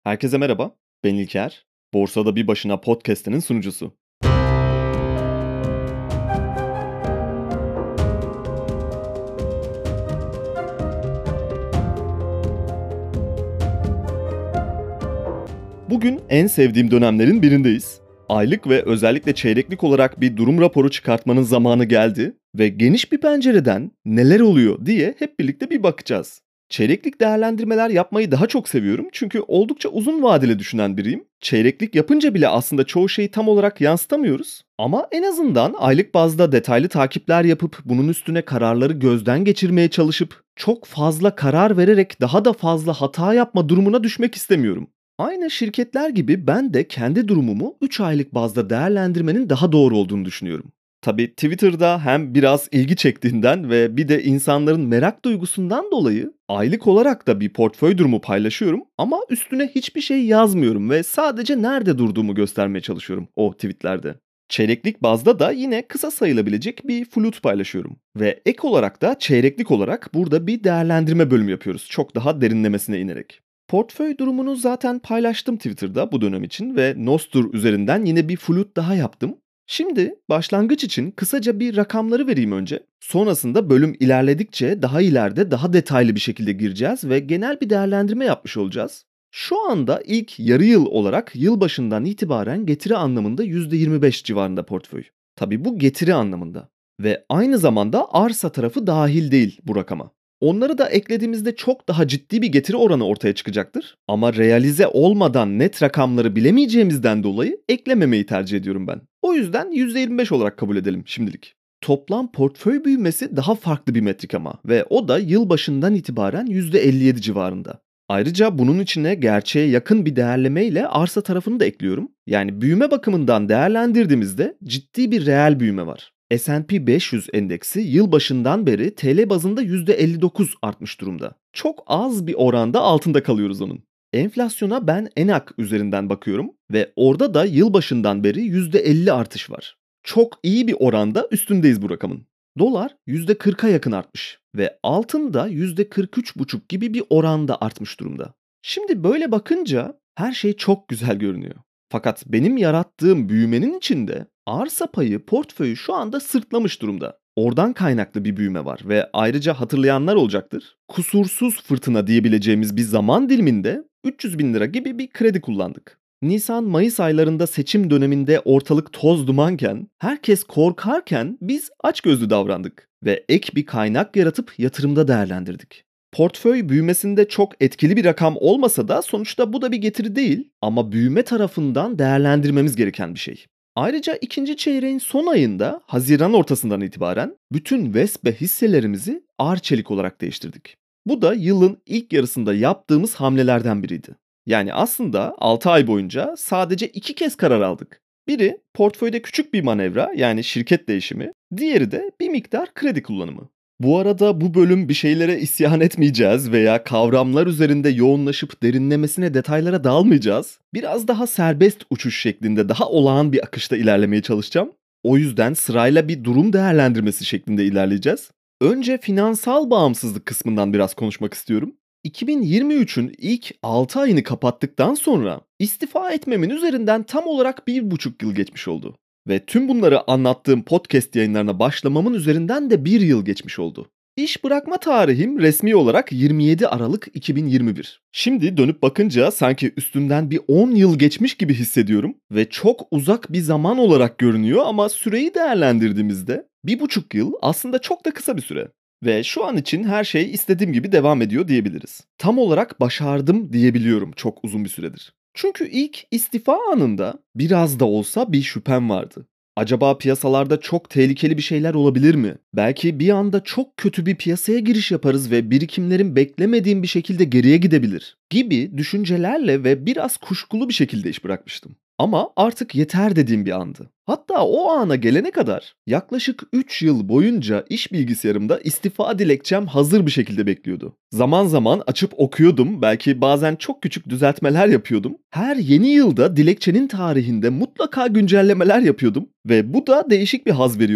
Herkese merhaba, ben İlker. Borsada Bir Başına podcast'inin sunucusu. Bugün en sevdiğim dönemlerin birindeyiz. Aylık ve özellikle çeyreklik olarak bir durum raporu çıkartmanın zamanı geldi ve geniş bir pencereden neler oluyor diye hep birlikte bir bakacağız. Çeyreklik değerlendirmeler yapmayı daha çok seviyorum çünkü oldukça uzun vadeli düşünen biriyim. Çeyreklik yapınca bile aslında çoğu şeyi tam olarak yansıtamıyoruz. Ama en azından aylık bazda detaylı takipler yapıp bunun üstüne kararları gözden geçirmeye çalışıp çok fazla karar vererek daha da fazla hata yapma durumuna düşmek istemiyorum. Aynı şirketler gibi ben de kendi durumumu 3 aylık bazda değerlendirmenin daha doğru olduğunu düşünüyorum. Tabii Twitter'da hem biraz ilgi çektiğinden ve bir de insanların merak duygusundan dolayı aylık olarak da bir portföy durumu paylaşıyorum ama üstüne hiçbir şey yazmıyorum ve sadece nerede durduğumu göstermeye çalışıyorum o tweetlerde. Çeyreklik bazda da yine kısa sayılabilecek bir flut paylaşıyorum. Ve ek olarak da çeyreklik olarak burada bir değerlendirme bölümü yapıyoruz. Çok daha derinlemesine inerek. Portföy durumunu zaten paylaştım Twitter'da bu dönem için ve Nostr üzerinden yine bir flut daha yaptım. Şimdi başlangıç için kısaca bir rakamları vereyim önce. Sonrasında bölüm ilerledikçe daha ileride daha detaylı bir şekilde gireceğiz ve genel bir değerlendirme yapmış olacağız. Şu anda ilk yarı yıl olarak yılbaşından itibaren getiri anlamında %25 civarında portföy. Tabii bu getiri anlamında. Ve aynı zamanda arsa tarafı dahil değil bu rakama. Onları da eklediğimizde çok daha ciddi bir getiri oranı ortaya çıkacaktır. Ama realize olmadan net rakamları bilemeyeceğimizden dolayı eklememeyi tercih ediyorum ben. O yüzden %25 olarak kabul edelim şimdilik. Toplam portföy büyümesi daha farklı bir metrik ama ve o da yılbaşından itibaren %57 civarında. Ayrıca bunun içine gerçeğe yakın bir değerleme ile arsa tarafını da ekliyorum. Yani büyüme bakımından değerlendirdiğimizde ciddi bir reel büyüme var. S&P 500 endeksi yılbaşından beri TL bazında %59 artmış durumda. Çok az bir oranda altında kalıyoruz onun. Enflasyona ben ENAK üzerinden bakıyorum ve orada da yılbaşından beri %50 artış var. Çok iyi bir oranda üstündeyiz bu rakamın. Dolar %40'a yakın artmış ve altın da %43,5 gibi bir oranda artmış durumda. Şimdi böyle bakınca her şey çok güzel görünüyor. Fakat benim yarattığım büyümenin içinde arsa payı portföyü şu anda sırtlamış durumda. Oradan kaynaklı bir büyüme var ve ayrıca hatırlayanlar olacaktır. Kusursuz fırtına diyebileceğimiz bir zaman diliminde 300 bin lira gibi bir kredi kullandık. Nisan-Mayıs aylarında seçim döneminde ortalık toz dumanken, herkes korkarken biz açgözlü davrandık ve ek bir kaynak yaratıp yatırımda değerlendirdik. Portföy büyümesinde çok etkili bir rakam olmasa da sonuçta bu da bir getiri değil ama büyüme tarafından değerlendirmemiz gereken bir şey. Ayrıca ikinci çeyreğin son ayında Haziran ortasından itibaren bütün Vespe hisselerimizi Arçelik olarak değiştirdik. Bu da yılın ilk yarısında yaptığımız hamlelerden biriydi. Yani aslında 6 ay boyunca sadece 2 kez karar aldık. Biri portföyde küçük bir manevra yani şirket değişimi, diğeri de bir miktar kredi kullanımı. Bu arada bu bölüm bir şeylere isyan etmeyeceğiz veya kavramlar üzerinde yoğunlaşıp derinlemesine detaylara dalmayacağız. Biraz daha serbest uçuş şeklinde daha olağan bir akışta ilerlemeye çalışacağım. O yüzden sırayla bir durum değerlendirmesi şeklinde ilerleyeceğiz. Önce finansal bağımsızlık kısmından biraz konuşmak istiyorum. 2023'ün ilk 6 ayını kapattıktan sonra istifa etmemin üzerinden tam olarak 1,5 yıl geçmiş oldu. Ve tüm bunları anlattığım podcast yayınlarına başlamamın üzerinden de 1 yıl geçmiş oldu. İş bırakma tarihim resmi olarak 27 Aralık 2021. Şimdi dönüp bakınca sanki üstünden bir 10 yıl geçmiş gibi hissediyorum ve çok uzak bir zaman olarak görünüyor ama süreyi değerlendirdiğimizde 1,5 yıl aslında çok da kısa bir süre. Ve şu an için her şey istediğim gibi devam ediyor diyebiliriz. Tam olarak başardım diyebiliyorum çok uzun bir süredir. Çünkü ilk istifa anında biraz da olsa bir şüphem vardı. Acaba piyasalarda çok tehlikeli bir şeyler olabilir mi? Belki bir anda çok kötü bir piyasaya giriş yaparız ve birikimlerim beklemediğim bir şekilde geriye gidebilir gibi düşüncelerle ve biraz kuşkulu bir şekilde iş bırakmıştım. Ama artık yeter dediğim bir andı. Hatta o ana gelene kadar yaklaşık 3 yıl boyunca iş bilgisayarımda istifa dilekçem hazır bir şekilde bekliyordu. Zaman zaman açıp okuyordum, belki bazen çok küçük düzeltmeler yapıyordum. Her yeni yılda dilekçenin tarihinde mutlaka güncellemeler yapıyordum ve bu da değişik bir haz veriyordu.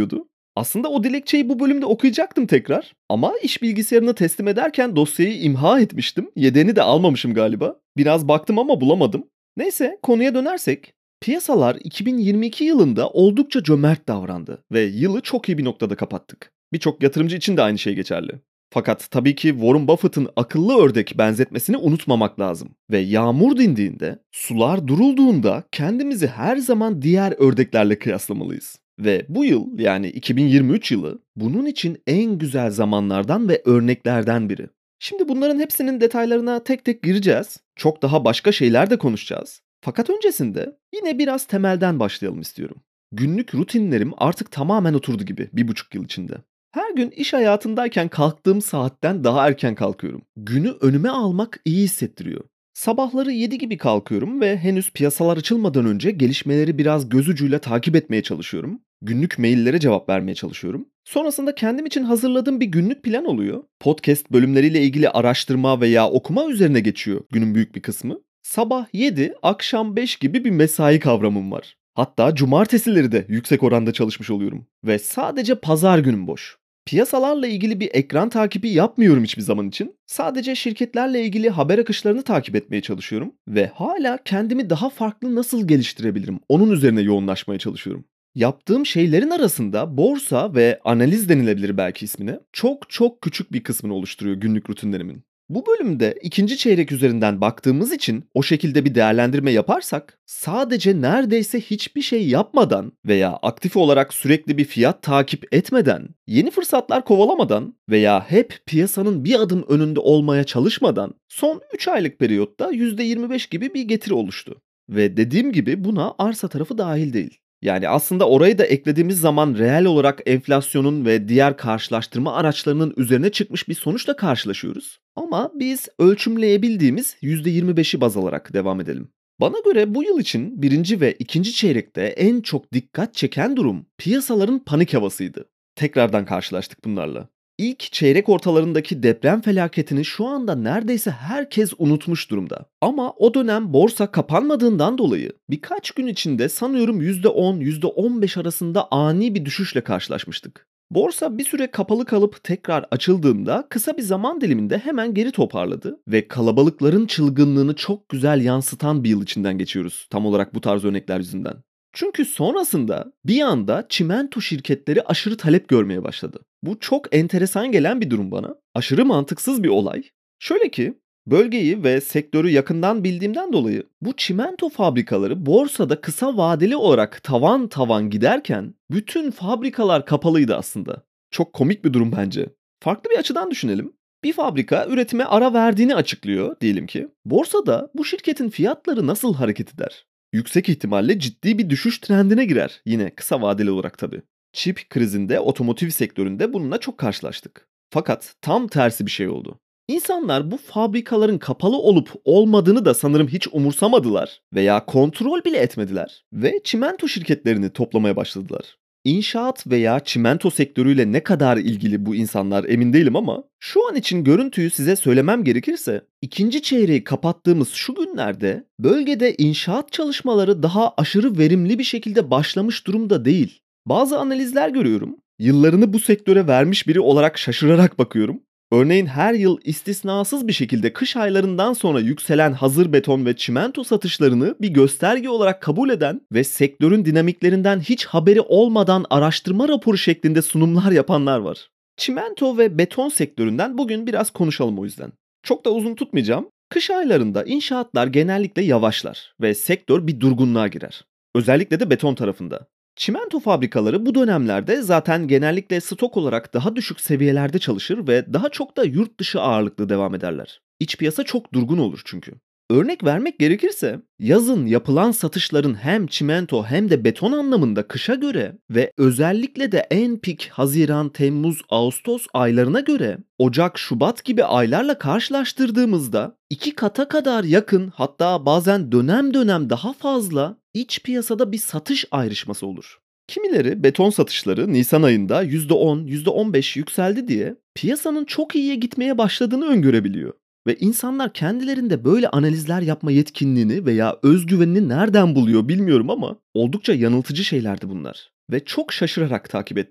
Aslında o dilekçeyi bu bölümde okuyacaktım tekrar ama iş bilgisayarına teslim ederken dosyayı imha etmiştim. Yedeğini de almamışım galiba. Biraz baktım ama bulamadım. Neyse konuya dönersek, piyasalar 2022 yılında oldukça cömert davrandı ve yılı çok iyi bir noktada kapattık. Birçok yatırımcı için de aynı şey geçerli. Fakat tabii ki Warren Buffett'ın akıllı ördek benzetmesini unutmamak lazım. Ve yağmur dindiğinde, sular durulduğunda kendimizi her zaman diğer ördeklerle kıyaslamalıyız. Ve bu yıl, yani 2023 yılı, bunun için en güzel zamanlardan ve örneklerden biri. Şimdi bunların hepsinin detaylarına tek tek gireceğiz. Çok daha başka şeyler de konuşacağız. Fakat öncesinde yine biraz temelden başlayalım istiyorum. Günlük rutinlerim artık tamamen oturdu gibi 1,5 yıl içinde. Her gün iş hayatındayken kalktığım saatten daha erken kalkıyorum. Günü önüme almak iyi hissettiriyor. Sabahları 7 gibi kalkıyorum ve henüz piyasalar açılmadan önce gelişmeleri biraz göz ucuyla takip etmeye çalışıyorum. Günlük maillere cevap vermeye çalışıyorum. Sonrasında kendim için hazırladığım bir günlük plan oluyor. Podcast bölümleriyle ilgili araştırma veya okuma üzerine geçiyor günün büyük bir kısmı. Sabah 7, akşam 5 gibi bir mesai kavramım var. Hatta cumartesileri de yüksek oranda çalışmış oluyorum. Ve sadece pazar günüm boş. Piyasalarla ilgili bir ekran takibi yapmıyorum hiçbir zaman için. Sadece şirketlerle ilgili haber akışlarını takip etmeye çalışıyorum ve hala kendimi daha farklı nasıl geliştirebilirim onun üzerine yoğunlaşmaya çalışıyorum. Yaptığım şeylerin arasında borsa ve analiz denilebilir belki ismine çok çok küçük bir kısmını oluşturuyor günlük rutinlerimin. Bu bölümde ikinci çeyrek üzerinden baktığımız için o şekilde bir değerlendirme yaparsak sadece neredeyse hiçbir şey yapmadan veya aktif olarak sürekli bir fiyat takip etmeden, yeni fırsatlar kovalamadan veya hep piyasanın bir adım önünde olmaya çalışmadan son 3 aylık periyotta %25 gibi bir getiri oluştu. Ve dediğim gibi buna arsa tarafı dahil değil. Yani aslında orayı da eklediğimiz zaman reel olarak enflasyonun ve diğer karşılaştırma araçlarının üzerine çıkmış bir sonuçla karşılaşıyoruz. Ama biz ölçümleyebildiğimiz %25'i baz alarak devam edelim. Bana göre bu yıl için birinci ve ikinci çeyrekte en çok dikkat çeken durum piyasaların panik havasıydı. Tekrardan karşılaştık bunlarla. İlk çeyrek ortalarındaki deprem felaketini şu anda neredeyse herkes unutmuş durumda. Ama o dönem borsa kapanmadığından dolayı birkaç gün içinde sanıyorum %10, %15 arasında ani bir düşüşle karşılaşmıştık. Borsa bir süre kapalı kalıp tekrar açıldığında kısa bir zaman diliminde hemen geri toparladı ve kalabalıkların çılgınlığını çok güzel yansıtan bir yıl içinden geçiyoruz tam olarak bu tarz örnekler yüzünden. Çünkü sonrasında bir anda çimento şirketleri aşırı talep görmeye başladı. Bu çok enteresan gelen bir durum bana. Aşırı mantıksız bir olay. Şöyle ki, bölgeyi ve sektörü yakından bildiğimden dolayı bu çimento fabrikaları borsada kısa vadeli olarak tavan tavan giderken bütün fabrikalar kapalıydı aslında. Çok komik bir durum bence. Farklı bir açıdan düşünelim. Bir fabrika üretime ara verdiğini açıklıyor diyelim ki. Borsada bu şirketin fiyatları nasıl hareket eder? Yüksek ihtimalle ciddi bir düşüş trendine girer. Yine kısa vadeli olarak tabii. Çip krizinde otomotiv sektöründe bununla çok karşılaştık. Fakat tam tersi bir şey oldu. İnsanlar bu fabrikaların kapalı olup olmadığını da sanırım hiç umursamadılar veya kontrol bile etmediler ve çimento şirketlerini toplamaya başladılar. İnşaat veya çimento sektörüyle ne kadar ilgili bu insanlar emin değilim ama şu an için görüntüyü size söylemem gerekirse ikinci çeyreği kapattığımız şu günlerde bölgede inşaat çalışmaları daha aşırı verimli bir şekilde başlamış durumda değil. Bazı analizler görüyorum. Yıllarını bu sektöre vermiş biri olarak şaşırarak bakıyorum. Örneğin her yıl istisnasız bir şekilde kış aylarından sonra yükselen hazır beton ve çimento satışlarını bir gösterge olarak kabul eden ve sektörün dinamiklerinden hiç haberi olmadan araştırma raporu şeklinde sunumlar yapanlar var. Çimento ve beton sektöründen bugün biraz konuşalım o yüzden. Çok da uzun tutmayacağım. Kış aylarında inşaatlar genellikle yavaşlar ve sektör bir durgunluğa girer. Özellikle de beton tarafında. Çimento fabrikaları bu dönemlerde zaten genellikle stok olarak daha düşük seviyelerde çalışır ve daha çok da yurt dışı ağırlıklı devam ederler. İç piyasa çok durgun olur çünkü. Örnek vermek gerekirse yazın yapılan satışların hem çimento hem de beton anlamında kışa göre ve özellikle de en pik Haziran, Temmuz, Ağustos aylarına göre Ocak, Şubat gibi aylarla karşılaştırdığımızda 2 kata kadar yakın, hatta bazen dönem dönem daha fazla iç piyasada bir satış ayrışması olur. Kimileri beton satışları Nisan ayında %10, %15 yükseldi diye piyasanın çok iyiye gitmeye başladığını öngörebiliyor. Ve insanlar kendilerinde böyle analizler yapma yetkinliğini veya özgüvenini nereden buluyor bilmiyorum ama oldukça yanıltıcı şeylerdi bunlar. Ve çok şaşırarak takip ettim.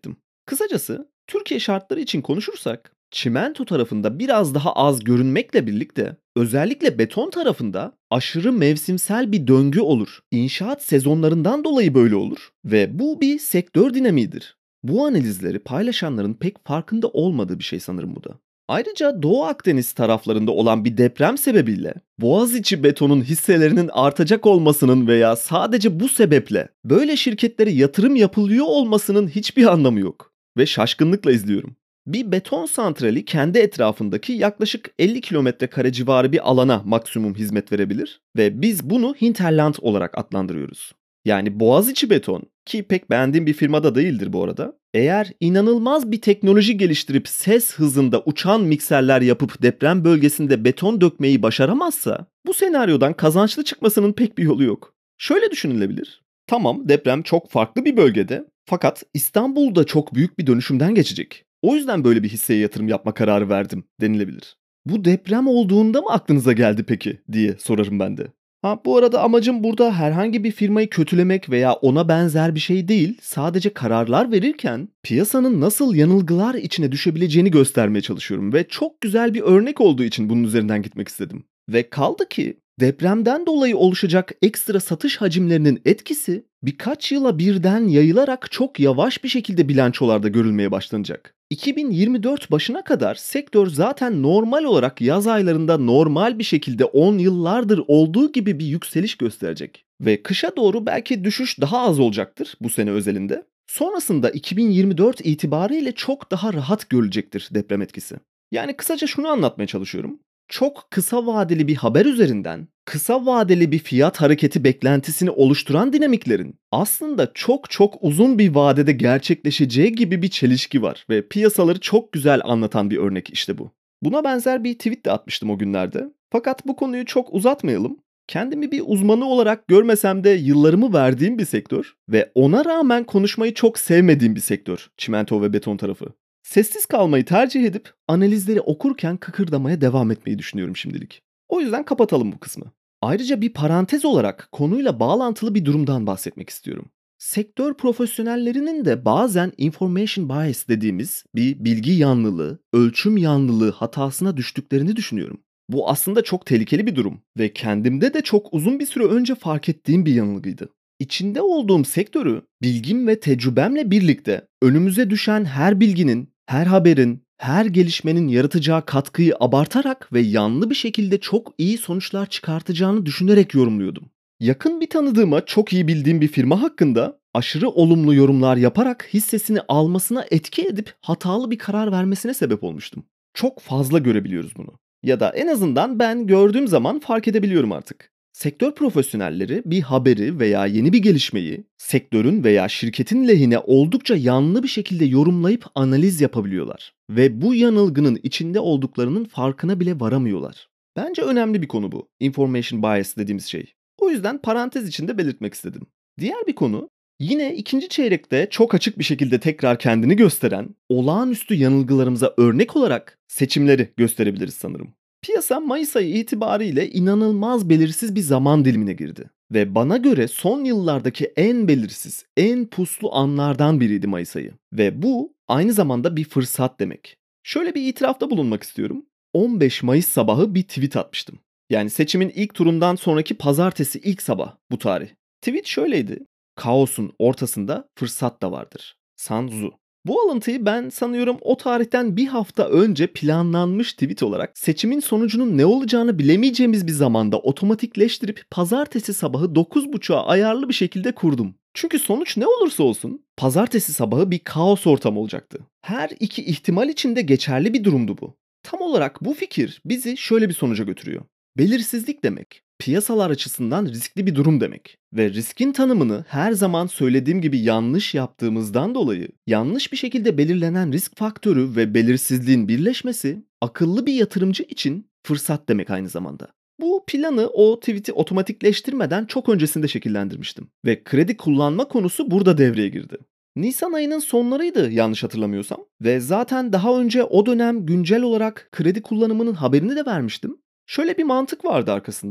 Kısacası Türkiye şartları için konuşursak çimento tarafında biraz daha az görünmekle birlikte özellikle beton tarafında aşırı mevsimsel bir döngü olur. İnşaat sezonlarından dolayı böyle olur ve bu bir sektör dinamiğidir. Bu analizleri paylaşanların pek farkında olmadığı bir şey sanırım bu da. Ayrıca Doğu Akdeniz taraflarında olan bir deprem sebebiyle Boğaziçi Beton'un hisselerinin artacak olmasının veya sadece bu sebeple böyle şirketlere yatırım yapılıyor olmasının hiçbir anlamı yok. Ve şaşkınlıkla izliyorum. Bir beton santrali kendi etrafındaki yaklaşık 50 kilometre kare civarı bir alana maksimum hizmet verebilir ve biz bunu hinterland olarak adlandırıyoruz. Yani Boğaziçi Beton, ki pek beğendiğim bir firmada değildir bu arada, eğer inanılmaz bir teknoloji geliştirip ses hızında uçan mikserler yapıp deprem bölgesinde beton dökmeyi başaramazsa bu senaryodan kazançlı çıkmasının pek bir yolu yok. Şöyle düşünülebilir. Tamam, deprem çok farklı bir bölgede fakat İstanbul'da çok büyük bir dönüşümden geçecek. O yüzden böyle bir hisseye yatırım yapma kararı verdim denilebilir. Bu deprem olduğunda mı aklınıza geldi peki diye sorarım ben de. Ha, bu arada amacım burada herhangi bir firmayı kötülemek veya ona benzer bir şey değil, sadece kararlar verirken piyasanın nasıl yanılgılar içine düşebileceğini göstermeye çalışıyorum ve çok güzel bir örnek olduğu için bunun üzerinden gitmek istedim. Ve kaldı ki depremden dolayı oluşacak ekstra satış hacimlerinin etkisi birkaç yıla birden yayılarak çok yavaş bir şekilde bilançolarda görülmeye başlanacak. 2024 başına kadar sektör zaten normal olarak yaz aylarında normal bir şekilde 10 yıllardır olduğu gibi bir yükseliş gösterecek. Ve kışa doğru belki düşüş daha az olacaktır bu sene özelinde. Sonrasında 2024 itibariyle çok daha rahat görülecektir deprem etkisi. Yani kısaca şunu anlatmaya çalışıyorum. Çok kısa vadeli bir haber üzerinden kısa vadeli bir fiyat hareketi beklentisini oluşturan dinamiklerin aslında çok çok uzun bir vadede gerçekleşeceği gibi bir çelişki var ve piyasaları çok güzel anlatan bir örnek işte bu. Buna benzer bir tweet de atmıştım o günlerde. Fakat bu konuyu çok uzatmayalım. Kendimi bir uzmanı olarak görmesem de yıllarımı verdiğim bir sektör ve ona rağmen konuşmayı çok sevmediğim bir sektör, çimento ve beton tarafı. Sessiz kalmayı tercih edip analizleri okurken kıkırdamaya devam etmeyi düşünüyorum şimdilik. O yüzden kapatalım bu kısmı. Ayrıca bir parantez olarak konuyla bağlantılı bir durumdan bahsetmek istiyorum. Sektör profesyonellerinin de bazen information bias dediğimiz bir bilgi yanlılığı, ölçüm yanlılığı hatasına düştüklerini düşünüyorum. Bu aslında çok tehlikeli bir durum ve kendimde de çok uzun bir süre önce fark ettiğim bir yanılgıydı. İçinde olduğum sektörü bilgim ve tecrübemle birlikte önümüze düşen her bilginin, her haberin, her gelişmenin yaratacağı katkıyı abartarak ve yanlı bir şekilde çok iyi sonuçlar çıkartacağını düşünerek yorumluyordum. Yakın bir tanıdığıma çok iyi bildiğim bir firma hakkında aşırı olumlu yorumlar yaparak hissesini almasına etki edip hatalı bir karar vermesine sebep olmuştum. Çok fazla görebiliyoruz bunu. Ya da en azından ben gördüğüm zaman fark edebiliyorum artık. Sektör profesyonelleri bir haberi veya yeni bir gelişmeyi sektörün veya şirketin lehine oldukça yanlı bir şekilde yorumlayıp analiz yapabiliyorlar. Ve bu yanılgının içinde olduklarının farkına bile varamıyorlar. Bence önemli bir konu bu. Information bias dediğimiz şey. O yüzden parantez içinde belirtmek istedim. Diğer bir konu, yine ikinci çeyrekte çok açık bir şekilde tekrar kendini gösteren olağanüstü yanılgılarımıza örnek olarak seçimleri gösterebiliriz sanırım. Piyasa Mayıs ayı itibariyle inanılmaz belirsiz bir zaman dilimine girdi. Ve bana göre son yıllardaki en belirsiz, en puslu anlardan biriydi Mayıs ayı. Ve bu aynı zamanda bir fırsat demek. Şöyle bir itirafta bulunmak istiyorum. 15 Mayıs sabahı bir tweet atmıştım. Yani seçimin ilk turundan sonraki pazartesi ilk sabah bu tarih. Tweet şöyleydi. Kaosun ortasında fırsat da vardır. Sun Tzu. Bu alıntıyı ben sanıyorum o tarihten bir hafta önce planlanmış tweet olarak seçimin sonucunun ne olacağını bilemeyeceğimiz bir zamanda otomatikleştirip pazartesi sabahı 9.30'a ayarlı bir şekilde kurdum. Çünkü sonuç ne olursa olsun pazartesi sabahı bir kaos ortamı olacaktı. Her iki ihtimal için de geçerli bir durumdu bu. Tam olarak bu fikir bizi şöyle bir sonuca götürüyor. Belirsizlik demek, piyasalar açısından riskli bir durum demek. Ve riskin tanımını her zaman söylediğim gibi yanlış yaptığımızdan dolayı yanlış bir şekilde belirlenen risk faktörü ve belirsizliğin birleşmesi akıllı bir yatırımcı için fırsat demek aynı zamanda. Bu planı o tweet'i otomatikleştirmeden çok öncesinde şekillendirmiştim. Ve kredi kullanma konusu burada devreye girdi. Nisan ayının sonlarıydı yanlış hatırlamıyorsam ve zaten daha önce o dönem güncel olarak kredi kullanımının haberini de vermiştim. Şöyle bir mantık vardı arkasında.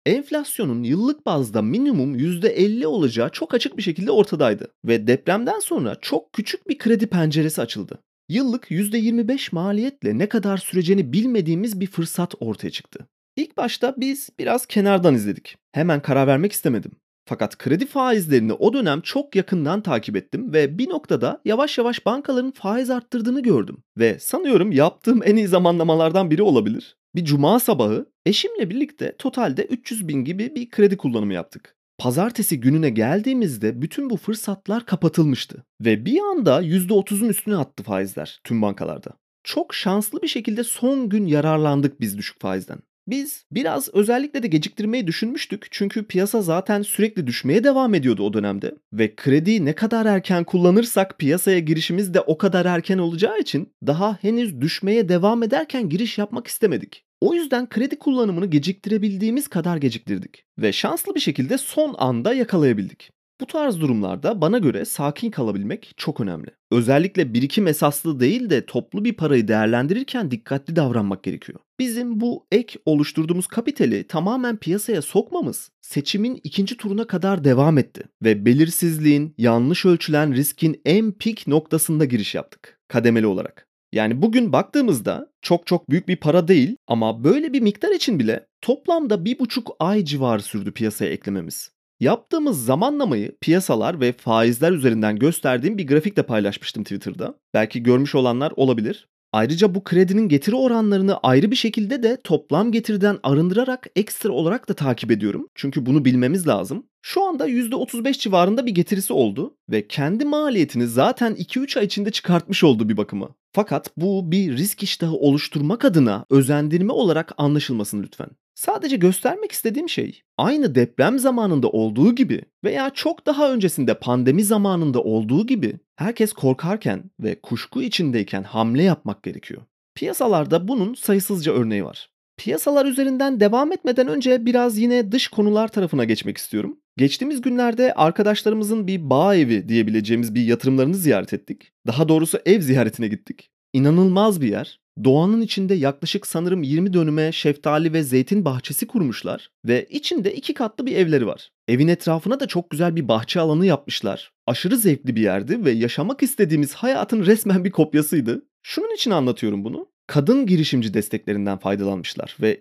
Enflasyonun yıllık bazda minimum %50 olacağı çok açık bir şekilde ortadaydı ve depremden sonra çok küçük bir kredi penceresi açıldı. Yıllık %25 maliyetle ne kadar süreceğini bilmediğimiz bir fırsat ortaya çıktı. İlk başta biz biraz kenardan izledik. Hemen karar vermek istemedim. Fakat kredi faizlerini o dönem çok yakından takip ettim ve bir noktada yavaş yavaş bankaların faiz arttırdığını gördüm. Ve sanıyorum yaptığım en iyi zamanlamalardan biri olabilir. Bir cuma sabahı eşimle birlikte totalde 300 bin gibi bir kredi kullanımı yaptık. Pazartesi gününe geldiğimizde bütün bu fırsatlar kapatılmıştı. Ve bir anda %30'un üstüne attı faizler tüm bankalarda. Çok şanslı bir şekilde son gün yararlandık biz düşük faizden. Biz biraz özellikle de geciktirmeyi düşünmüştük çünkü piyasa zaten sürekli düşmeye devam ediyordu o dönemde ve krediyi ne kadar erken kullanırsak piyasaya girişimiz de o kadar erken olacağı için daha henüz düşmeye devam ederken giriş yapmak istemedik. O yüzden kredi kullanımını geciktirebildiğimiz kadar geciktirdik ve şanslı bir şekilde son anda yakalayabildik. Bu tarz durumlarda bana göre sakin kalabilmek çok önemli. Özellikle birikim esaslı değil de toplu bir parayı değerlendirirken dikkatli davranmak gerekiyor. Bizim bu ek oluşturduğumuz kapitali tamamen piyasaya sokmamız seçimin ikinci turuna kadar devam etti ve belirsizliğin, yanlış ölçülen riskin en pik noktasında giriş yaptık kademeli olarak. Yani bugün baktığımızda çok çok büyük bir para değil ama böyle bir miktar için bile toplamda 1,5 ay civarı sürdü piyasaya eklememiz. Yaptığımız zamanlamayı piyasalar ve faizler üzerinden gösterdiğim bir grafikle paylaşmıştım Twitter'da. Belki görmüş olanlar olabilir. Ayrıca bu kredinin getiri oranlarını ayrı bir şekilde de toplam getiriden arındırarak ekstra olarak da takip ediyorum. Çünkü bunu bilmemiz lazım. Şu anda %35 civarında bir getirisi oldu ve kendi maliyetini zaten 2-3 ay içinde çıkartmış oldu bir bakıma. Fakat bu bir risk iştahı oluşturmak adına özendirme olarak anlaşılmasın lütfen. Sadece göstermek istediğim şey aynı deprem zamanında olduğu gibi veya çok daha öncesinde pandemi zamanında olduğu gibi herkes korkarken ve kuşku içindeyken hamle yapmak gerekiyor. Piyasalarda bunun sayısızca örneği var. Piyasalar üzerinden devam etmeden önce biraz yine dış konular tarafına geçmek istiyorum. Geçtiğimiz günlerde arkadaşlarımızın bir bağ evi diyebileceğimiz bir yatırımlarını ziyaret ettik. Daha doğrusu ev ziyaretine gittik. İnanılmaz bir yer. Doğanın içinde yaklaşık sanırım 20 dönüme şeftali ve zeytin bahçesi kurmuşlar ve içinde 2 katlı bir evleri var. Evin etrafına da çok güzel bir bahçe alanı yapmışlar. Aşırı zevkli bir yerdi ve yaşamak istediğimiz hayatın resmen bir kopyasıydı. Şunun için anlatıyorum bunu. Kadın girişimci desteklerinden faydalanmışlar ve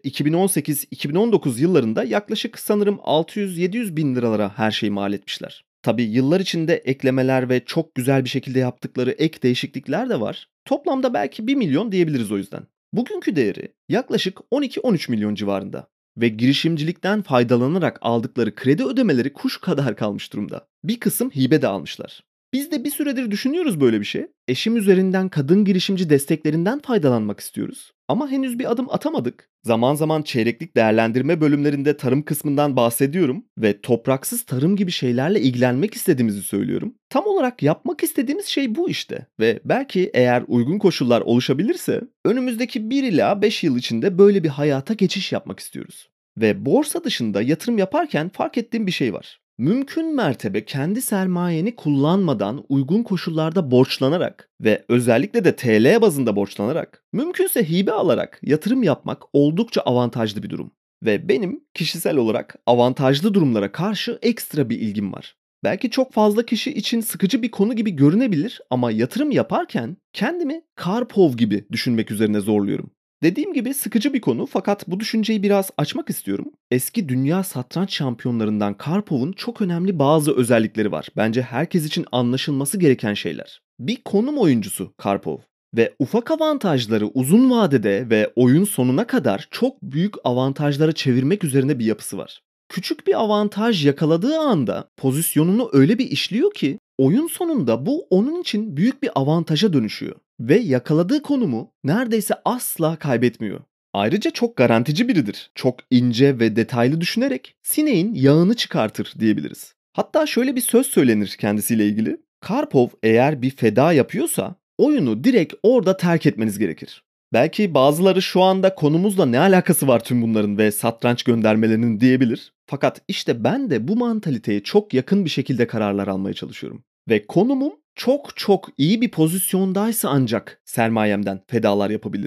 2018-2019 yıllarında yaklaşık sanırım 600-700 bin liralara her şeyi mal etmişler. Tabii yıllar içinde eklemeler ve çok güzel bir şekilde yaptıkları ek değişiklikler de var. Toplamda belki 1 milyon diyebiliriz o yüzden. Bugünkü değeri yaklaşık 12-13 milyon civarında ve girişimcilikten faydalanarak aldıkları kredi ödemeleri kuş kadar kalmış durumda. Bir kısım hibe de almışlar. Biz de bir süredir düşünüyoruz böyle bir şey. Eşim üzerinden kadın girişimci desteklerinden faydalanmak istiyoruz. Ama henüz bir adım atamadık. Zaman zaman çeyreklik değerlendirme bölümlerinde tarım kısmından bahsediyorum ve topraksız tarım gibi şeylerle ilgilenmek istediğimizi söylüyorum. Tam olarak yapmak istediğimiz şey bu işte ve belki eğer uygun koşullar oluşabilirse önümüzdeki 1 ila 5 yıl içinde böyle bir hayata geçiş yapmak istiyoruz. Ve borsa dışında yatırım yaparken fark ettiğim bir şey var. Mümkün mertebe kendi sermayeni kullanmadan uygun koşullarda borçlanarak ve özellikle de TL bazında borçlanarak, mümkünse hibe alarak yatırım yapmak oldukça avantajlı bir durum. Ve benim kişisel olarak avantajlı durumlara karşı ekstra bir ilgim var. Belki çok fazla kişi için sıkıcı bir konu gibi görünebilir ama yatırım yaparken kendimi Karpov gibi düşünmek üzerine zorluyorum. Dediğim gibi sıkıcı bir konu fakat bu düşünceyi biraz açmak istiyorum. Eski dünya satranç şampiyonlarından Karpov'un çok önemli bazı özellikleri var. Bence herkes için anlaşılması gereken şeyler. Bir konum oyuncusu Karpov ve ufak avantajları uzun vadede ve oyun sonuna kadar çok büyük avantajlara çevirmek üzerine bir yapısı var. Küçük bir avantaj yakaladığı anda pozisyonunu öyle bir işliyor ki oyun sonunda bu onun için büyük bir avantaja dönüşüyor ve yakaladığı konumu neredeyse asla kaybetmiyor. Ayrıca çok garantici biridir. Çok ince ve detaylı düşünerek sineğin yağını çıkartır diyebiliriz. Hatta şöyle bir söz söylenir kendisiyle ilgili. Karpov eğer bir feda yapıyorsa oyunu direkt orada terk etmeniz gerekir. Belki bazıları şu anda konumuzla ne alakası var tüm bunların ve satranç göndermelerinin diyebilir. Fakat işte ben de bu mantaliteye çok yakın bir şekilde kararlar almaya çalışıyorum. Ve konumum çok çok iyi bir pozisyondaysa ancak sermayemden fedalar yapabilirim.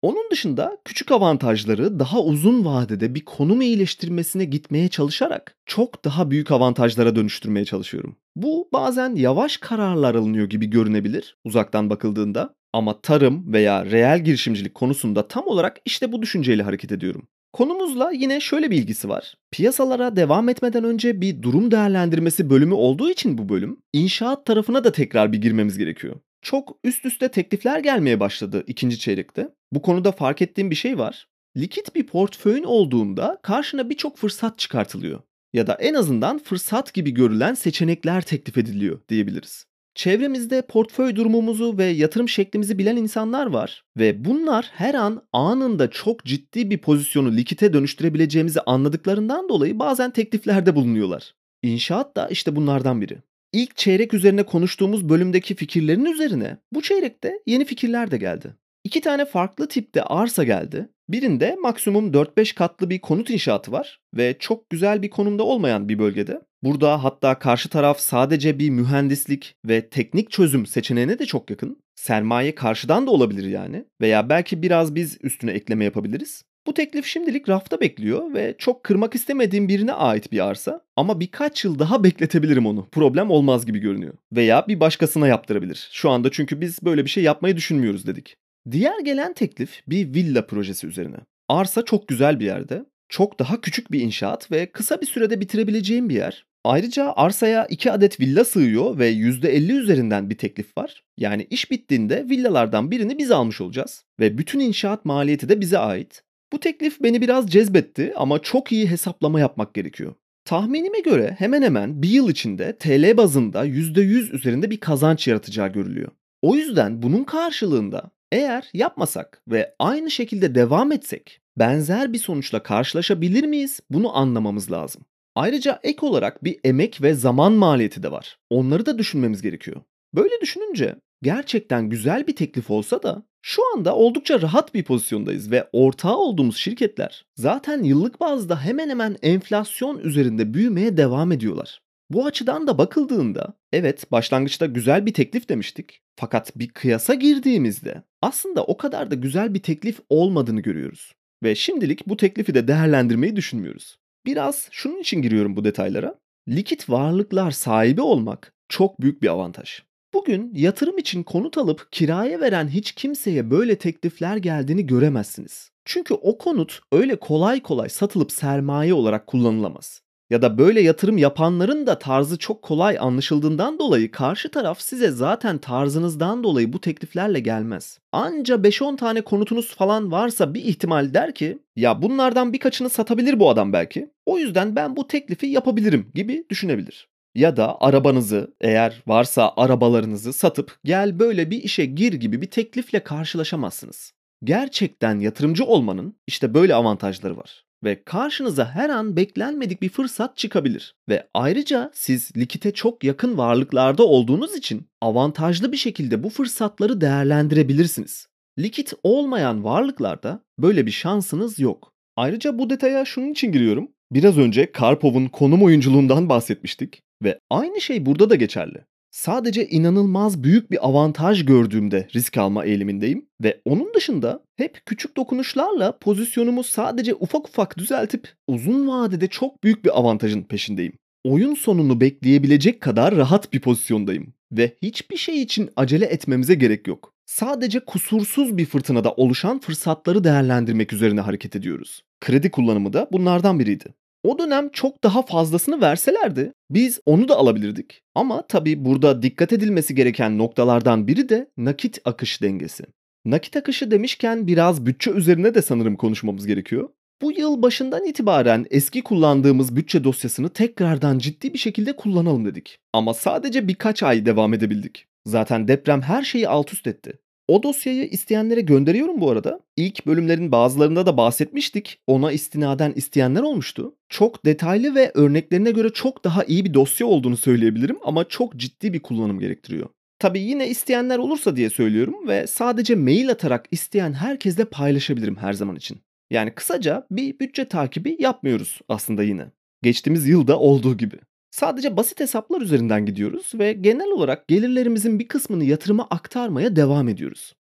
Onun dışında küçük avantajları daha uzun vadede bir konum iyileştirmesine gitmeye çalışarak çok daha büyük avantajlara dönüştürmeye çalışıyorum. Bu bazen yavaş kararlar alınıyor gibi görünebilir uzaktan bakıldığında ama tarım veya reel girişimcilik konusunda tam olarak işte bu düşünceyle hareket ediyorum. Konumuzla yine şöyle bir ilgisi var. Piyasalara devam etmeden önce bir durum değerlendirmesi bölümü olduğu için bu bölüm, inşaat tarafına da tekrar bir girmemiz gerekiyor. Çok üst üste teklifler gelmeye başladı ikinci çeyrekte. Bu konuda fark ettiğim bir şey var. Likit bir portföyün olduğunda karşına birçok fırsat çıkartılıyor. Ya da en azından fırsat gibi görülen seçenekler teklif ediliyor diyebiliriz. Çevremizde portföy durumumuzu ve yatırım şeklimizi bilen insanlar var ve bunlar her an anında çok ciddi bir pozisyonu likite dönüştürebileceğimizi anladıklarından dolayı bazen tekliflerde bulunuyorlar. İnşaat da işte bunlardan biri. İlk çeyrek üzerine konuştuğumuz bölümdeki fikirlerin üzerine bu çeyrekte yeni fikirler de geldi. İki tane farklı tipte arsa geldi. Birinde maksimum 4-5 katlı bir konut inşaatı var ve çok güzel bir konumda olmayan bir bölgede. Burada hatta karşı taraf sadece bir mühendislik ve teknik çözüm seçeneğine de çok yakın. Sermaye karşıdan da olabilir yani veya belki biraz biz üstüne ekleme yapabiliriz. Bu teklif şimdilik rafta bekliyor ve çok kırmak istemediğim birine ait bir arsa ama birkaç yıl daha bekletebilirim onu. Problem olmaz gibi görünüyor. Veya bir başkasına yaptırabilir. Şu anda çünkü biz böyle bir şey yapmayı düşünmüyoruz dedik. Diğer gelen teklif bir villa projesi üzerine. Arsa çok güzel bir yerde. Çok daha küçük bir inşaat ve kısa bir sürede bitirebileceğim bir yer. Ayrıca arsaya 2 adet villa sığıyor ve %50 üzerinden bir teklif var. Yani iş bittiğinde villalardan birini biz almış olacağız ve bütün inşaat maliyeti de bize ait. Bu teklif beni biraz cezbetti ama çok iyi hesaplama yapmak gerekiyor. Tahminime göre hemen hemen bir yıl içinde TL bazında %100 üzerinde bir kazanç yaratacağı görülüyor. O yüzden bunun karşılığında eğer yapmasak ve aynı şekilde devam etsek benzer bir sonuçla karşılaşabilir miyiz? Bunu anlamamız lazım. Ayrıca ek olarak bir emek ve zaman maliyeti de var. Onları da düşünmemiz gerekiyor. Böyle düşününce gerçekten güzel bir teklif olsa da şu anda oldukça rahat bir pozisyondayız ve ortağı olduğumuz şirketler zaten yıllık bazda hemen hemen enflasyon üzerinde büyümeye devam ediyorlar. Bu açıdan da bakıldığında evet başlangıçta güzel bir teklif demiştik fakat bir kıyasa girdiğimizde aslında o kadar da güzel bir teklif olmadığını görüyoruz. Ve şimdilik bu teklifi de değerlendirmeyi düşünmüyoruz. Biraz şunun için giriyorum bu detaylara. Likit varlıklar sahibi olmak çok büyük bir avantaj. Bugün yatırım için konut alıp kiraya veren hiç kimseye böyle teklifler geldiğini göremezsiniz. Çünkü o konut öyle kolay kolay satılıp sermaye olarak kullanılamaz. Ya da böyle yatırım yapanların da tarzı çok kolay anlaşıldığından dolayı karşı taraf size zaten tarzınızdan dolayı bu tekliflerle gelmez. Anca 5-10 tane konutunuz falan varsa bir ihtimal der ki ya bunlardan birkaçını satabilir bu adam belki. O yüzden ben bu teklifi yapabilirim gibi düşünebilir. Ya da arabanızı eğer varsa arabalarınızı satıp gel böyle bir işe gir gibi bir teklifle karşılaşamazsınız. Gerçekten yatırımcı olmanın işte böyle avantajları var. Ve karşınıza her an beklenmedik bir fırsat çıkabilir. Ve ayrıca siz likite çok yakın varlıklarda olduğunuz için avantajlı bir şekilde bu fırsatları değerlendirebilirsiniz. Likit olmayan varlıklarda böyle bir şansınız yok. Ayrıca bu detaya şunun için giriyorum. Biraz önce Karpov'un konum oyunculuğundan bahsetmiştik ve aynı şey burada da geçerli. Sadece inanılmaz büyük bir avantaj gördüğümde risk alma eğilimindeyim ve onun dışında hep küçük dokunuşlarla pozisyonumu sadece ufak ufak düzeltip uzun vadede çok büyük bir avantajın peşindeyim. Oyun sonunu bekleyebilecek kadar rahat bir pozisyondayım ve hiçbir şey için acele etmemize gerek yok. Sadece kusursuz bir fırtınada oluşan fırsatları değerlendirmek üzerine hareket ediyoruz. Kredi kullanımı da bunlardan biriydi. O dönem çok daha fazlasını verselerdi biz onu da alabilirdik. Ama tabii burada dikkat edilmesi gereken noktalardan biri de nakit akış dengesi. Nakit akışı demişken biraz bütçe üzerine de sanırım konuşmamız gerekiyor. Bu yıl başından itibaren eski kullandığımız bütçe dosyasını tekrardan ciddi bir şekilde kullanalım dedik. Ama sadece birkaç ay devam edebildik. Zaten deprem her şeyi alt üst etti. O dosyayı isteyenlere gönderiyorum bu arada. İlk bölümlerin bazılarında da bahsetmiştik. Ona istinaden isteyenler olmuştu. Çok detaylı ve örneklerine göre çok daha iyi bir dosya olduğunu söyleyebilirim ama çok ciddi bir kullanım gerektiriyor. Tabii yine isteyenler olursa diye söylüyorum ve sadece mail atarak isteyen herkesle paylaşabilirim her zaman için. Yani kısaca bir bütçe takibi yapmıyoruz aslında yine. Geçtiğimiz yılda olduğu gibi. Sadece basit hesaplar üzerinden gidiyoruz ve genel olarak gelirlerimizin bir kısmını yatırıma aktarmaya devam ediyoruz.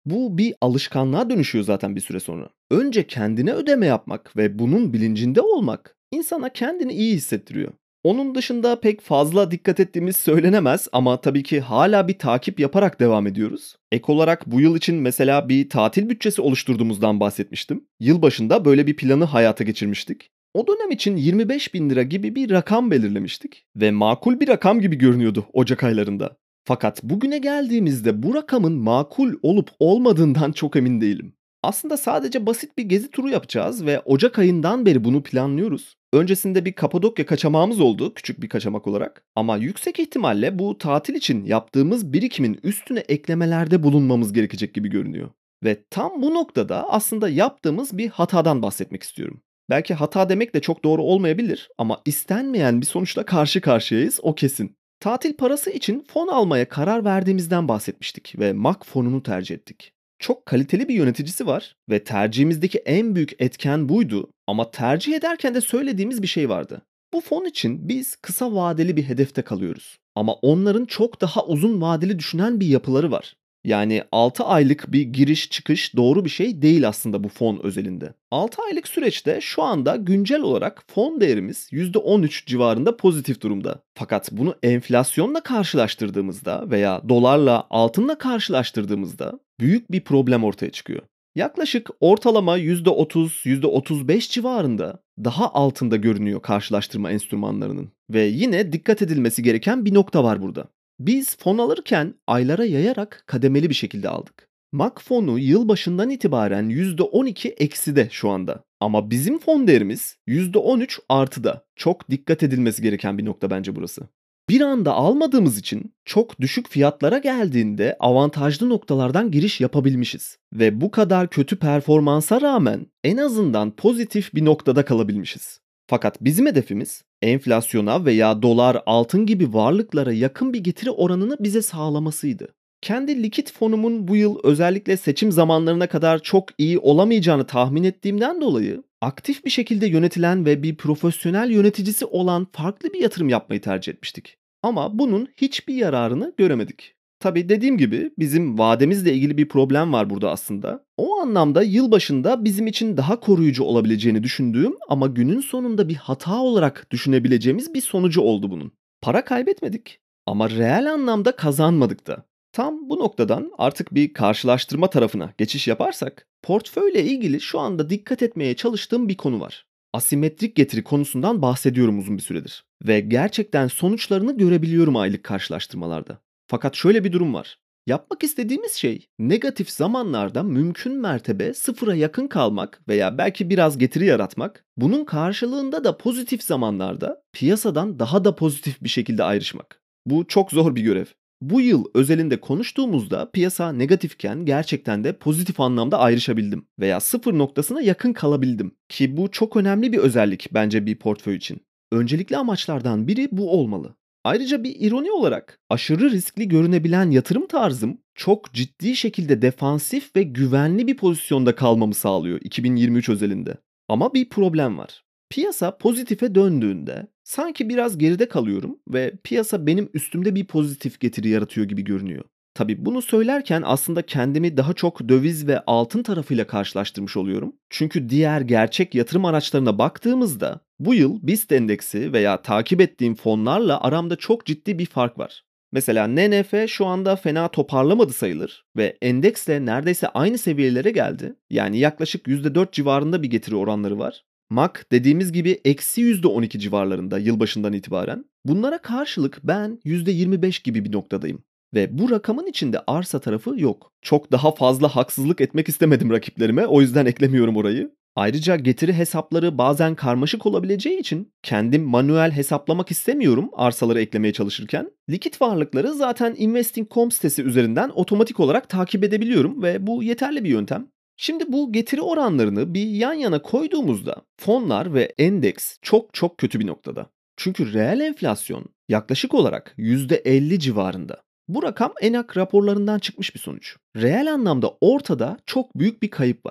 Bu bir alışkanlığa dönüşüyor zaten bir süre sonra. Önce kendine ödeme yapmak ve bunun bilincinde olmak insana kendini iyi hissettiriyor. Onun dışında pek fazla dikkat ettiğimiz söylenemez ama tabii ki hala bir takip yaparak devam ediyoruz. Ek olarak bu yıl için mesela bir tatil bütçesi oluşturduğumuzdan bahsetmiştim. Yılbaşında böyle bir planı hayata geçirmiştik. O dönem için 25 bin lira gibi bir rakam belirlemiştik ve makul bir rakam gibi görünüyordu Ocak aylarında. Fakat bugüne geldiğimizde bu rakamın makul olup olmadığından çok emin değilim. Aslında sadece basit bir gezi turu yapacağız ve Ocak ayından beri bunu planlıyoruz. Öncesinde bir Kapadokya kaçamağımız oldu, küçük bir kaçamak olarak. Ama yüksek ihtimalle bu tatil için yaptığımız birikimin üstüne eklemelerde bulunmamız gerekecek gibi görünüyor. Ve tam bu noktada aslında yaptığımız bir hatadan bahsetmek istiyorum. Belki hata demek de çok doğru olmayabilir ama istenmeyen bir sonuçla karşı karşıyayız, o kesin. Tatil parası için fon almaya karar verdiğimizden bahsetmiştik ve MAK fonunu tercih ettik. Çok kaliteli bir yöneticisi var ve tercihimizdeki en büyük etken buydu ama tercih ederken de söylediğimiz bir şey vardı. Bu fon için biz kısa vadeli bir hedefte kalıyoruz ama onların çok daha uzun vadeli düşünen bir yapıları var. Yani 6 aylık bir giriş çıkış doğru bir şey değil aslında bu fon özelinde. 6 aylık süreçte şu anda güncel olarak fon değerimiz %13 civarında pozitif durumda. Fakat bunu enflasyonla karşılaştırdığımızda veya dolarla altınla karşılaştırdığımızda büyük bir problem ortaya çıkıyor. Yaklaşık ortalama %30, %35 civarında daha altında görünüyor karşılaştırma enstrümanlarının. Ve yine dikkat edilmesi gereken bir nokta var burada. Biz fon alırken aylara yayarak kademeli bir şekilde aldık. MAK fonu yılbaşından itibaren %12 ekside şu anda. Ama bizim fon değerimiz %13 artıda. Çok dikkat edilmesi gereken bir nokta bence burası. Bir anda almadığımız için çok düşük fiyatlara geldiğinde avantajlı noktalardan giriş yapabilmişiz. Ve bu kadar kötü performansa rağmen en azından pozitif bir noktada kalabilmişiz. Fakat bizim hedefimiz enflasyona veya dolar, altın gibi varlıklara yakın bir getiri oranını bize sağlamasıydı. Kendi likit fonumun bu yıl özellikle seçim zamanlarına kadar çok iyi olamayacağını tahmin ettiğimden dolayı aktif bir şekilde yönetilen ve bir profesyonel yöneticisi olan farklı bir yatırım yapmayı tercih etmiştik. Ama bunun hiçbir yararını göremedik. Tabii dediğim gibi bizim vademizle ilgili bir problem var burada aslında. O anlamda yılbaşında bizim için daha koruyucu olabileceğini düşündüğüm ama günün sonunda bir hata olarak düşünebileceğimiz bir sonucu oldu bunun. Para kaybetmedik ama reel anlamda kazanmadık da. Tam bu noktadan artık bir karşılaştırma tarafına geçiş yaparsak, portföyle ilgili şu anda dikkat etmeye çalıştığım bir konu var. Asimetrik getiri konusundan bahsediyorum uzun bir süredir ve gerçekten sonuçlarını görebiliyorum aylık karşılaştırmalarda. Fakat şöyle bir durum var. Yapmak istediğimiz şey negatif zamanlarda mümkün mertebe sıfıra yakın kalmak veya belki biraz getiri yaratmak. Bunun karşılığında da pozitif zamanlarda piyasadan daha da pozitif bir şekilde ayrışmak. Bu çok zor bir görev. Bu yıl özelinde konuştuğumuzda piyasa negatifken gerçekten de pozitif anlamda ayrışabildim veya sıfır noktasına yakın kalabildim ki bu çok önemli bir özellik bence bir portföy için. Öncelikli amaçlardan biri bu olmalı. Ayrıca bir ironi olarak aşırı riskli görünebilen yatırım tarzım çok ciddi şekilde defansif ve güvenli bir pozisyonda kalmamı sağlıyor 2023 özelinde. Ama bir problem var. Piyasa pozitife döndüğünde sanki biraz geride kalıyorum ve piyasa benim üstümde bir pozitif getiri yaratıyor gibi görünüyor. Tabii bunu söylerken aslında kendimi daha çok döviz ve altın tarafıyla karşılaştırmış oluyorum. Çünkü diğer gerçek yatırım araçlarına baktığımızda bu yıl BIST endeksi veya takip ettiğim fonlarla aramda çok ciddi bir fark var. Mesela NNF şu anda fena toparlamadı sayılır ve endeksle neredeyse aynı seviyelere geldi. Yani yaklaşık %4 civarında bir getiri oranları var. MAK dediğimiz gibi eksi %12 civarlarında yılbaşından itibaren. Bunlara karşılık ben %25 gibi bir noktadayım. Ve bu rakamın içinde arsa tarafı yok. Çok daha fazla haksızlık etmek istemedim rakiplerime, o yüzden eklemiyorum orayı. Ayrıca getiri hesapları bazen karmaşık olabileceği için kendim manuel hesaplamak istemiyorum arsaları eklemeye çalışırken. Likit varlıkları zaten Investing.com sitesi üzerinden otomatik olarak takip edebiliyorum ve bu yeterli bir yöntem. Şimdi bu getiri oranlarını bir yan yana koyduğumuzda fonlar ve endeks çok çok kötü bir noktada. Çünkü reel enflasyon yaklaşık olarak %50 civarında. Bu rakam ENAK raporlarından çıkmış bir sonuç. Reel anlamda ortada çok büyük bir kayıp var.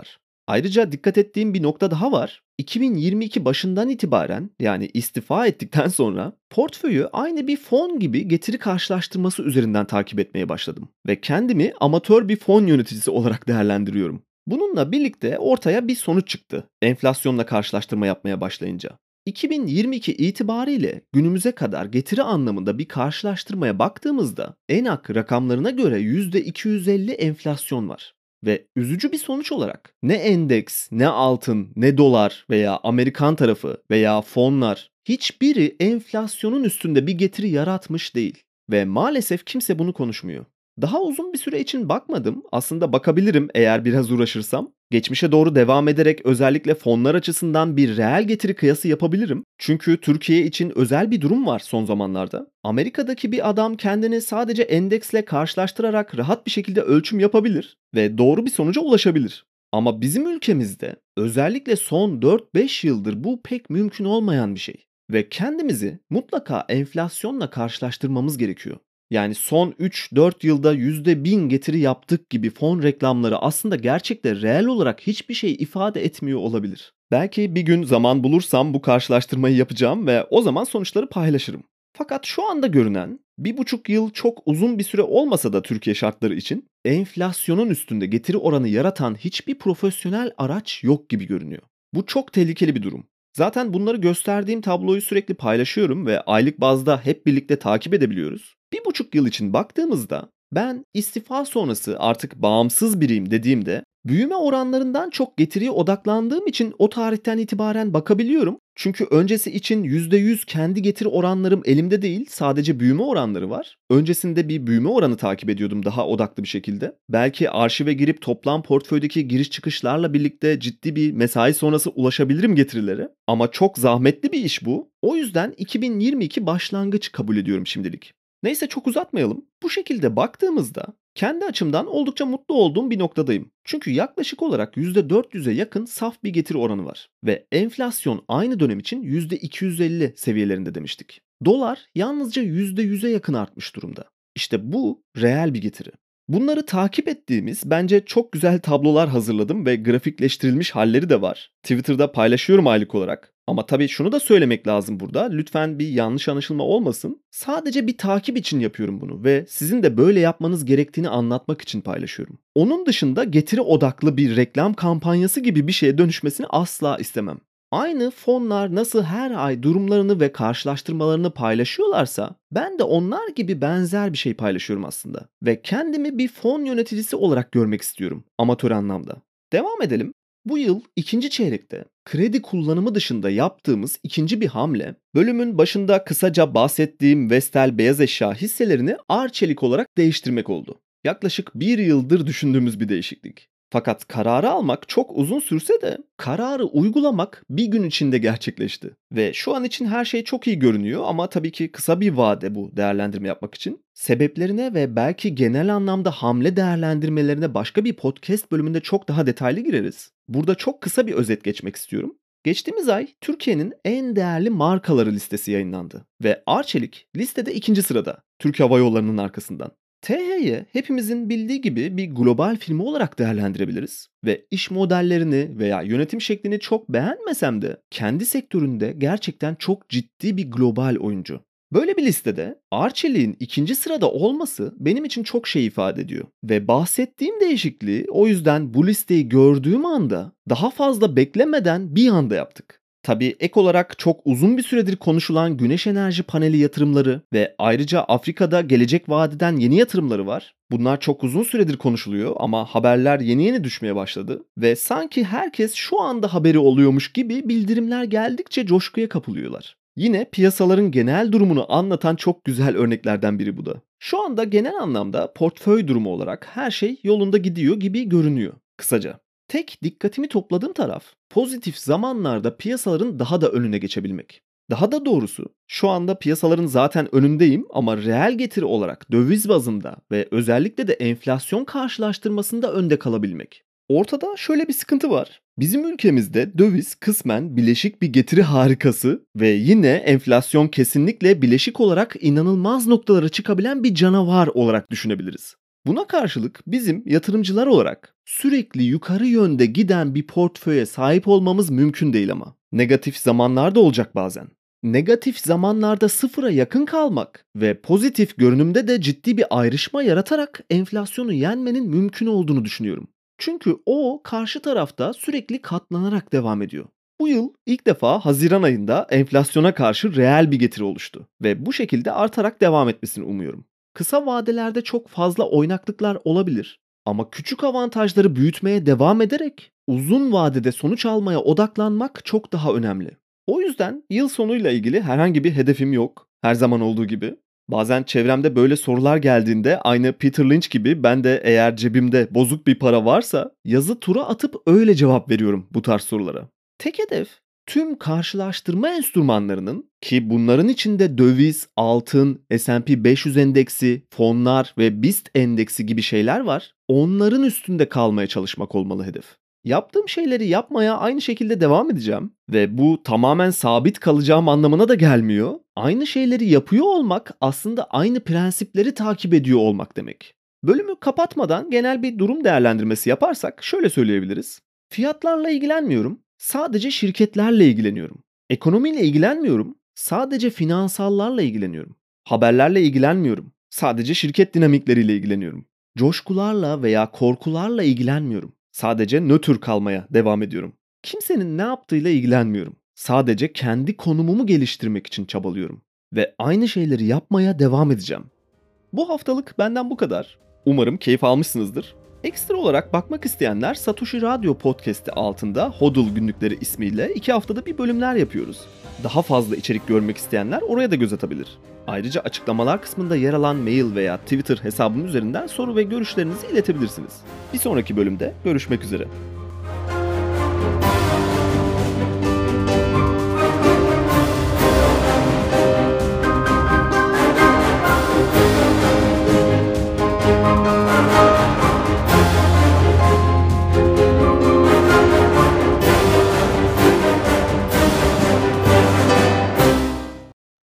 Ayrıca dikkat ettiğim bir nokta daha var. 2022 başından itibaren yani istifa ettikten sonra portföyü aynı bir fon gibi getiri karşılaştırması üzerinden takip etmeye başladım. Ve kendimi amatör bir fon yöneticisi olarak değerlendiriyorum. Bununla birlikte ortaya bir sonuç çıktı. Enflasyonla karşılaştırma yapmaya başlayınca. 2022 itibariyle günümüze kadar getiri anlamında bir karşılaştırmaya baktığımızda ENAK rakamlarına göre %250 enflasyon var. Ve üzücü bir sonuç olarak ne endeks, ne altın, ne dolar veya Amerikan tarafı veya fonlar hiçbiri enflasyonun üstünde bir getiri yaratmış değil. Ve maalesef kimse bunu konuşmuyor. Daha uzun bir süre için bakmadım. Aslında bakabilirim eğer biraz uğraşırsam. Geçmişe doğru devam ederek özellikle fonlar açısından bir reel getiri kıyası yapabilirim. Çünkü Türkiye için özel bir durum var son zamanlarda. Amerika'daki bir adam kendini sadece endeksle karşılaştırarak rahat bir şekilde ölçüm yapabilir ve doğru bir sonuca ulaşabilir. Ama bizim ülkemizde özellikle son 4-5 yıldır bu pek mümkün olmayan bir şey. Ve kendimizi mutlaka enflasyonla karşılaştırmamız gerekiyor. Yani son 3-4 yılda %1000 getiri yaptık gibi fon reklamları aslında gerçekte reel olarak hiçbir şey ifade etmiyor olabilir. Belki bir gün zaman bulursam bu karşılaştırmayı yapacağım ve o zaman sonuçları paylaşırım. Fakat şu anda görünen 1,5 yıl çok uzun bir süre olmasa da Türkiye şartları için enflasyonun üstünde getiri oranı yaratan hiçbir profesyonel araç yok gibi görünüyor. Bu çok tehlikeli bir durum. Zaten bunları gösterdiğim tabloyu sürekli paylaşıyorum ve aylık bazda hep birlikte takip edebiliyoruz. 1,5 yıl için baktığımızda ben istifa sonrası artık bağımsız biriyim dediğimde büyüme oranlarından çok getiriye odaklandığım için o tarihten itibaren bakabiliyorum. Çünkü öncesi için %100 kendi getiri oranlarım elimde değil, sadece büyüme oranları var. Öncesinde bir büyüme oranı takip ediyordum daha odaklı bir şekilde. Belki arşive girip toplam portföydeki giriş çıkışlarla birlikte ciddi bir mesai sonrası ulaşabilirim getirilere. Ama çok zahmetli bir iş bu. O yüzden 2022 başlangıç kabul ediyorum şimdilik. Neyse çok uzatmayalım. Bu şekilde baktığımızda kendi açımdan oldukça mutlu olduğum bir noktadayım. Çünkü yaklaşık olarak %400'e yakın saf bir getiri oranı var. Ve enflasyon aynı dönem için %250 seviyelerinde demiştik. Dolar yalnızca %100'e yakın artmış durumda. İşte bu reel bir getiri. Bunları takip ettiğimiz bence çok güzel tablolar hazırladım ve grafikleştirilmiş halleri de var. Twitter'da paylaşıyorum aylık olarak. Ama tabii şunu da söylemek lazım burada. Lütfen bir yanlış anlaşılma olmasın. Sadece bir takip için yapıyorum bunu ve sizin de böyle yapmanız gerektiğini anlatmak için paylaşıyorum. Onun dışında getiri odaklı bir reklam kampanyası gibi bir şeye dönüşmesini asla istemem. Aynı fonlar nasıl her ay durumlarını ve karşılaştırmalarını paylaşıyorlarsa ben de onlar gibi benzer bir şey paylaşıyorum aslında. Ve kendimi bir fon yöneticisi olarak görmek istiyorum amatör anlamda. Devam edelim. Bu yıl ikinci çeyrekte kredi kullanımı dışında yaptığımız ikinci bir hamle, bölümün başında kısaca bahsettiğim Vestel beyaz eşya hisselerini Arçelik olarak değiştirmek oldu. Yaklaşık bir yıldır düşündüğümüz bir değişiklik. Fakat kararı almak çok uzun sürse de kararı uygulamak bir gün içinde gerçekleşti. Ve şu an için her şey çok iyi görünüyor ama tabii ki kısa bir vade bu değerlendirme yapmak için. Sebeplerine ve belki genel anlamda hamle değerlendirmelerine başka bir podcast bölümünde çok daha detaylı gireriz. Burada çok kısa bir özet geçmek istiyorum. Geçtiğimiz ay Türkiye'nin en değerli markaları listesi yayınlandı ve Arçelik listede ikinci sırada, Türk Hava Yolları'nın arkasından. TH'yi hepimizin bildiği gibi bir global firma olarak değerlendirebiliriz ve iş modellerini veya yönetim şeklini çok beğenmesem de kendi sektöründe gerçekten çok ciddi bir global oyuncu. Böyle bir listede Arçelik'in ikinci sırada olması benim için çok şey ifade ediyor. Ve bahsettiğim değişikliği o yüzden bu listeyi gördüğüm anda daha fazla beklemeden bir anda yaptık. Tabii ek olarak çok uzun bir süredir konuşulan güneş enerji paneli yatırımları ve ayrıca Afrika'da gelecek vadeden yeni yatırımları var. Bunlar çok uzun süredir konuşuluyor ama haberler yeni yeni düşmeye başladı ve sanki herkes şu anda haberi oluyormuş gibi bildirimler geldikçe coşkuya kapılıyorlar. Yine piyasaların genel durumunu anlatan çok güzel örneklerden biri bu da. Şu anda genel anlamda portföy durumu olarak her şey yolunda gidiyor gibi görünüyor kısaca. Tek dikkatimi topladığım taraf pozitif zamanlarda piyasaların daha da önüne geçebilmek. Daha da doğrusu şu anda piyasaların zaten önündeyim ama reel getiri olarak döviz bazında ve özellikle de enflasyon karşılaştırmasında önde kalabilmek. Ortada şöyle bir sıkıntı var. Bizim ülkemizde döviz kısmen bileşik bir getiri harikası ve yine enflasyon kesinlikle bileşik olarak inanılmaz noktalara çıkabilen bir canavar olarak düşünebiliriz. Buna karşılık bizim yatırımcılar olarak sürekli yukarı yönde giden bir portföye sahip olmamız mümkün değil ama. Negatif zamanlar da olacak bazen. Negatif zamanlarda sıfıra yakın kalmak ve pozitif görünümde de ciddi bir ayrışma yaratarak enflasyonu yenmenin mümkün olduğunu düşünüyorum. Çünkü o karşı tarafta sürekli katlanarak devam ediyor. Bu yıl ilk defa Haziran ayında enflasyona karşı reel bir getiri oluştu ve bu şekilde artarak devam etmesini umuyorum. Kısa vadelerde çok fazla oynaklıklar olabilir ama küçük avantajları büyütmeye devam ederek uzun vadede sonuç almaya odaklanmak çok daha önemli. O yüzden yıl sonuyla ilgili herhangi bir hedefim yok. Her zaman olduğu gibi. Bazen çevremde böyle sorular geldiğinde aynı Peter Lynch gibi ben de eğer cebimde bozuk bir para varsa yazı tura atıp öyle cevap veriyorum bu tarz sorulara. Tek hedef tüm karşılaştırma enstrümanlarının ki bunların içinde döviz, altın, S&P 500 endeksi, fonlar ve BIST endeksi gibi şeyler var. Onların üstünde kalmaya çalışmak olmalı hedef. Yaptığım şeyleri yapmaya aynı şekilde devam edeceğim ve bu tamamen sabit kalacağım anlamına da gelmiyor. Aynı şeyleri yapıyor olmak aslında aynı prensipleri takip ediyor olmak demek. Bölümü kapatmadan genel bir durum değerlendirmesi yaparsak şöyle söyleyebiliriz. Fiyatlarla ilgilenmiyorum, sadece şirketlerle ilgileniyorum. Ekonomiyle ilgilenmiyorum, sadece finansallarla ilgileniyorum. Haberlerle ilgilenmiyorum, sadece şirket dinamikleriyle ilgileniyorum. Coşkularla veya korkularla ilgilenmiyorum. Sadece nötr kalmaya devam ediyorum. Kimsenin ne yaptığıyla ilgilenmiyorum. Sadece kendi konumumu geliştirmek için çabalıyorum. Ve aynı şeyleri yapmaya devam edeceğim. Bu haftalık benden bu kadar. Umarım keyif almışsınızdır. Ekstra olarak bakmak isteyenler Satoshi Radyo Podcast'i altında HODL günlükleri ismiyle 2 haftada bir bölümler yapıyoruz. Daha fazla içerik görmek isteyenler oraya da göz atabilir. Ayrıca açıklamalar kısmında yer alan mail veya Twitter hesabım üzerinden soru ve görüşlerinizi iletebilirsiniz. Bir sonraki bölümde görüşmek üzere.